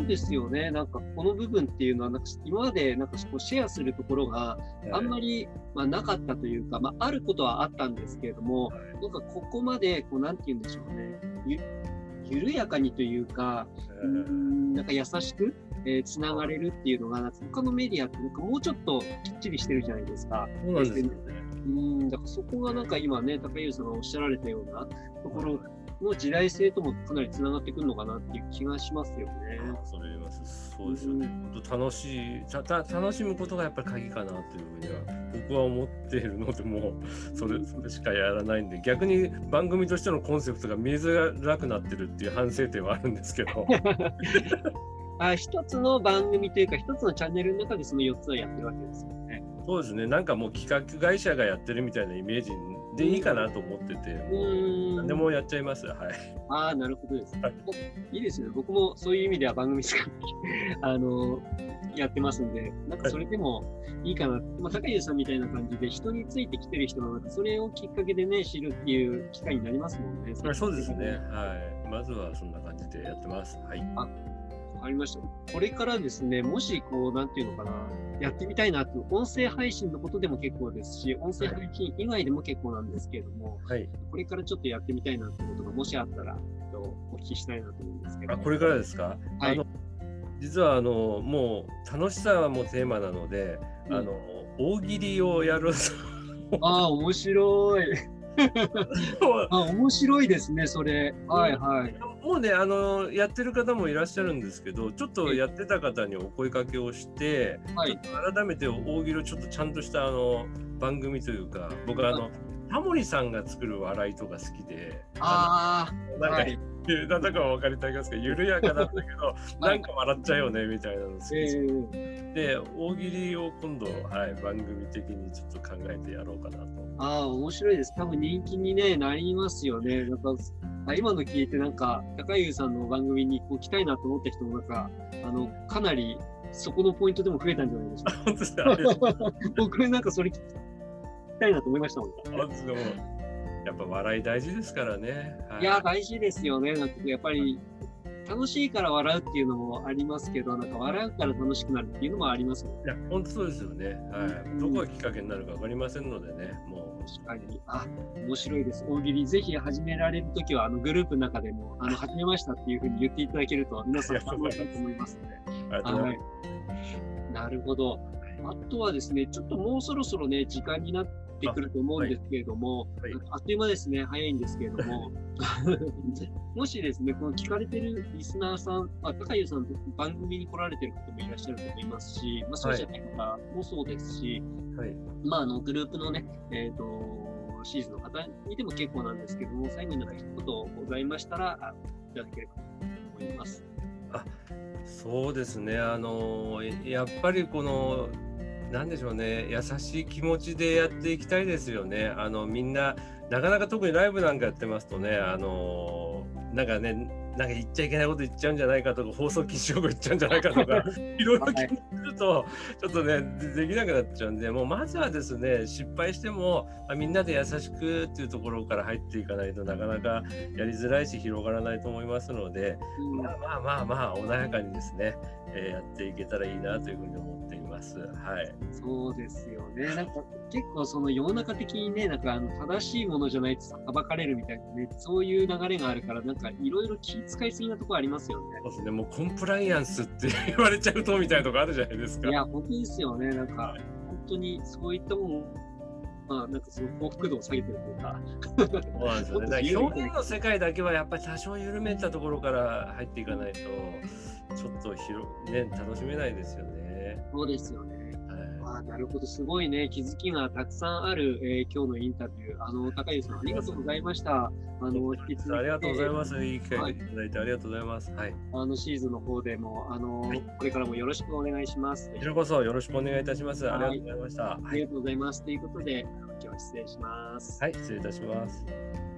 そうですよね。なんかこの部分っていうのはなんか今までなんかこうシェアするところがあんまり、なかったというか、あることはあったんですけれども、なんかここまでこうなんて言うんでしょうね。緩やかにというか、なんか優しく、つながれるっていうのが、なんか他のメディアってなんかもうちょっときっちりしてるじゃないですか。 そうなんですよね。 だからそこがなんか今ね、高優さんがおっしゃられたようなところの時代性ともかなりつながってくるのかなっていう気がしますよね。 それ言います。そうですよね。本当楽しむことがやっぱり鍵かなというふうには僕は思っているので、もうそれしかやらないんで、逆に番組としてのコンセプトが見えづらくなってるっていう反省点はあるんですけど。 一つの番組というか一つのチャンネルの中でその4つはやってるわけですよね。 そうですね。なんかもう企画会社がやってるみたいなイメージでいいかなと思ってて、何でもやっちゃいます。はい。 なるほどです。いいですよね。僕もそういう意味では番組作ってやってますんで、なんかそれでもいいかな。高優さんみたいな感じで人についてきてる人がそれをきっかけでね知るっていう機会になりますもんね。 そうですね。はい。まずはそんな感じでやってます。はい。 わかりました。これからですね、もしこう、なんていうのかな、やってみたいなという、音声配信のことでも結構ですし、音声配信以外でも結構なんですけれども、これからちょっとやってみたいなということがもしあったら、お聞きしたいなと思うんですけど。 これからですか？はい。実はもう楽しさはもうテーマなので、大喜利をやる。 面白い。面白いですね、それ。はいはい。 もうね、やってる方もいらっしゃるんですけど、ちょっとやってた方にお声かけをして、ちょっと改めて大喜利をちょっとちゃんとした番組というか、僕はタモリさんが作る笑いとか好きで、なんだか分かりたいですけど、緩やかなんだけど、なんか笑っちゃうよねみたいなの好きです。で、大喜利を今度、番組的にちょっと考えてやろうかなと。 面白いです。多分人気に、なりますよね。なんか今の聞いて、なんか高優さんの番組に来たいなと思った人もなんかかなりそこのポイントでも増えたんじゃないでしょうか。 本当ですか？ 僕なんかそれ聞きたいなと思いましたもん。 やっぱ笑い大事ですからね。 いや大事ですよね。なんかやっぱり楽しいから笑うっていうのもありますけど、なんか笑うから楽しくなるっていうのもありますよね。 いや本当そうですよね。どこがきっかけになるか分かりませんのでね。もう確かに面白いです。大喜利ぜひ始められるときはグループの中でも始めましたっていうふうに言っていただけると皆さん楽しいと思いますので。なるほど。あとはですね、ちょっともうそろそろね時間になってくると思うんですけれども、あっという間ですね、早いんですけれども、もしですね、この聞かれてるリスナーさん、高優さん、番組に来られてる方もいらっしゃると思いますし、そうじゃない方もそうですし、グループのね、シーズンの方にでも結構なんですけども、最後になんか一言ございましたら、いただければと思います。 そうですね、やっぱりこのなんでしょうね、優しい気持ちでやっていきたいですよね。みんななかなか特にライブなんかやってますとね、なんか言っちゃいけないこと言っちゃうんじゃないかとか、放送禁止用語言っちゃうんじゃないかとかいろいろ気にするとちょっとねできなくなっちゃうんで、もうまずはですね、失敗してもみんなで優しくっていうところから入っていかないとなかなかやりづらいし広がらないと思いますので、穏やかにですね、やっていけたらいいなというふうに思っています。 そうですよね。なんか結構その世の中的にね、なんか正しいものじゃないと裁かれるみたいなね、そういう流れがあるから、なんかいろいろ気遣いすぎなところありますよね。 そうですね、もうコンプライアンスって言われちゃうとみたいなところあるじゃないですか。 いや、本当ですよね。なんか本当にそういったもの、なんかその幸福度を下げてるというか。 そうなんですよね。だから表現の世界だけはやっぱり多少緩めたところから入っていかないと、ちょっと楽しめないですよね。 そうですよね。なるほど、すごいね、気づきがたくさんある、今日のインタビュー。高優さん、ありがとうございました。 引き続きありがとうございます。いい機会いただいてありがとうございます。 シーズンの方でも、これからもよろしくお願いします。 こちらこそよろしくお願いいたします。ありがとうございました。 ありがとうございます。ということで、今日は失礼します。 失礼いたします。